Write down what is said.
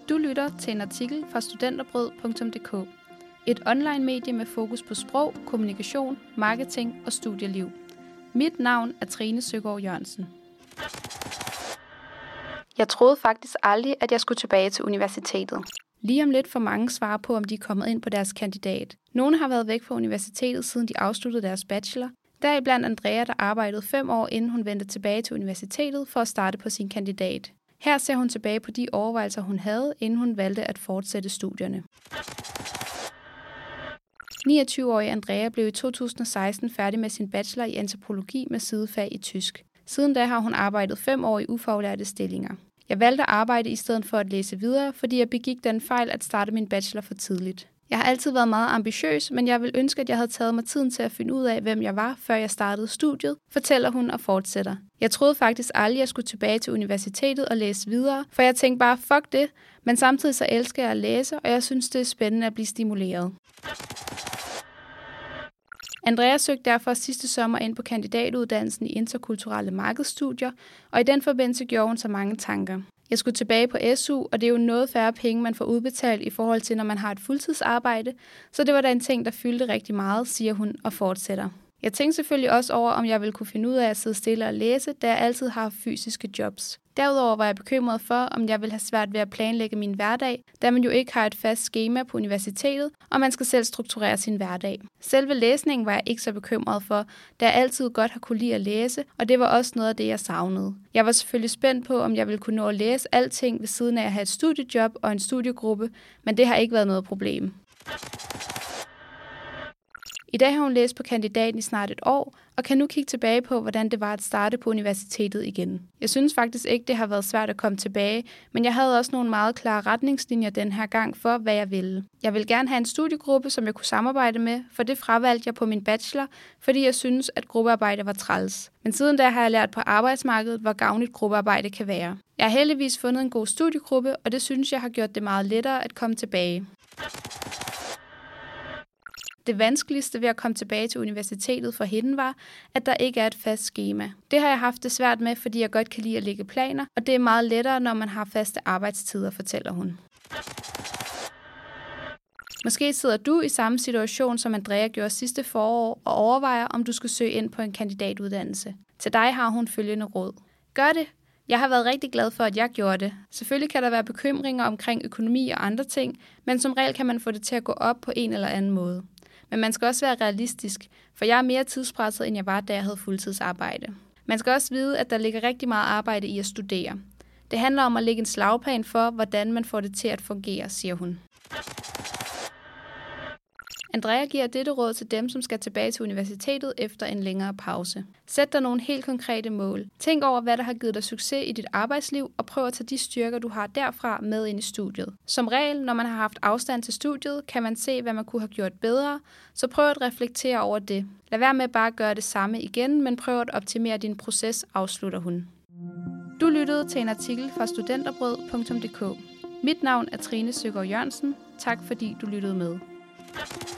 Du lytter til en artikel fra studenterbrød.dk. Et online-medie med fokus på sprog, kommunikation, marketing og studieliv. Mit navn er Trine Søgaard Jørgensen. Jeg troede faktisk aldrig, at jeg skulle tilbage til universitetet. Lige om lidt får mange svare på, om de er kommet ind på deres kandidat. Nogle har været væk fra universitetet, siden de afsluttede deres bachelor. Deriblandt Andrea, der arbejdede 5 år, inden hun vendte tilbage til universitetet for at starte på sin kandidat. Her ser hun tilbage på de overvejelser, hun havde, inden hun valgte at fortsætte studierne. 29-årige Andrea blev i 2016 færdig med sin bachelor i antropologi med sidefag i tysk. Siden da har hun arbejdet 5 år i ufaglærte stillinger. Jeg valgte at arbejde i stedet for at læse videre, fordi jeg begik den fejl at starte min bachelor for tidligt. Jeg har altid været meget ambitiøs, men jeg vil ønske, at jeg havde taget mig tiden til at finde ud af, hvem jeg var, før jeg startede studiet, fortæller hun og fortsætter. Jeg troede faktisk aldrig, jeg skulle tilbage til universitetet og læse videre, for jeg tænkte bare, fuck det, men samtidig så elsker jeg at læse, og jeg synes, det er spændende at blive stimuleret. Andrea søgte derfor sidste sommer ind på kandidatuddannelsen i interkulturelle markedsstudier, og i den forbindelse gjorde hun så mange tanker. Jeg skulle tilbage på SU, og det er jo noget færre penge, man får udbetalt i forhold til, når man har et fuldtidsarbejde, så det var da en ting, der fyldte rigtig meget, siger hun og fortsætter. Jeg tænkte selvfølgelig også over, om jeg ville kunne finde ud af at sidde stille og læse, da jeg altid har fysiske jobs. Derudover var jeg bekymret for, om jeg ville have svært ved at planlægge min hverdag, da man jo ikke har et fast skema på universitetet, og man skal selv strukturere sin hverdag. Selve læsningen var jeg ikke så bekymret for, da jeg altid godt har kunne lide at læse, og det var også noget af det, jeg savnede. Jeg var selvfølgelig spændt på, om jeg ville kunne nå at læse alting ved siden af at have et studiejob og en studiegruppe, men det har ikke været noget problem. I dag har hun læst på kandidaten i snart et år, og kan nu kigge tilbage på, hvordan det var at starte på universitetet igen. Jeg synes faktisk ikke, det har været svært at komme tilbage, men jeg havde også nogle meget klare retningslinjer den her gang for, hvad jeg ville. Jeg ville gerne have en studiegruppe, som jeg kunne samarbejde med, for det fravalgte jeg på min bachelor, fordi jeg synes, at gruppearbejde var træls. Men siden da har jeg lært på arbejdsmarkedet, hvor gavnligt gruppearbejde kan være. Jeg har heldigvis fundet en god studiegruppe, og det synes jeg har gjort det meget lettere at komme tilbage. Det vanskeligste ved at komme tilbage til universitetet for hende var, at der ikke er et fast skema. Det har jeg haft det svært med, fordi jeg godt kan lide at lægge planer, og det er meget lettere, når man har faste arbejdstider, fortæller hun. Måske sidder du i samme situation, som Andrea gjorde sidste forår, og overvejer, om du skal søge ind på en kandidatuddannelse. Til dig har hun følgende råd. Gør det! Jeg har været rigtig glad for, at jeg gjorde det. Selvfølgelig kan der være bekymringer omkring økonomi og andre ting, men som regel kan man få det til at gå op på en eller anden måde. Men man skal også være realistisk, for jeg er mere tidspresset, end jeg var, da jeg havde fuldtidsarbejde. Man skal også vide, at der ligger rigtig meget arbejde i at studere. Det handler om at lægge en slagplan for, hvordan man får det til at fungere, siger hun. Andrea giver dette råd til dem, som skal tilbage til universitetet efter en længere pause. Sæt dig nogle helt konkrete mål. Tænk over, hvad der har givet dig succes i dit arbejdsliv, og prøv at tage de styrker, du har derfra, med ind i studiet. Som regel, når man har haft afstand til studiet, kan man se, hvad man kunne have gjort bedre, så prøv at reflektere over det. Lad være med bare at gøre det samme igen, men prøv at optimere din proces, afslutter hun. Du lyttede til en artikel fra studenterbrød.dk. Mit navn er Trine Søgaard Jørgensen. Tak fordi du lyttede med.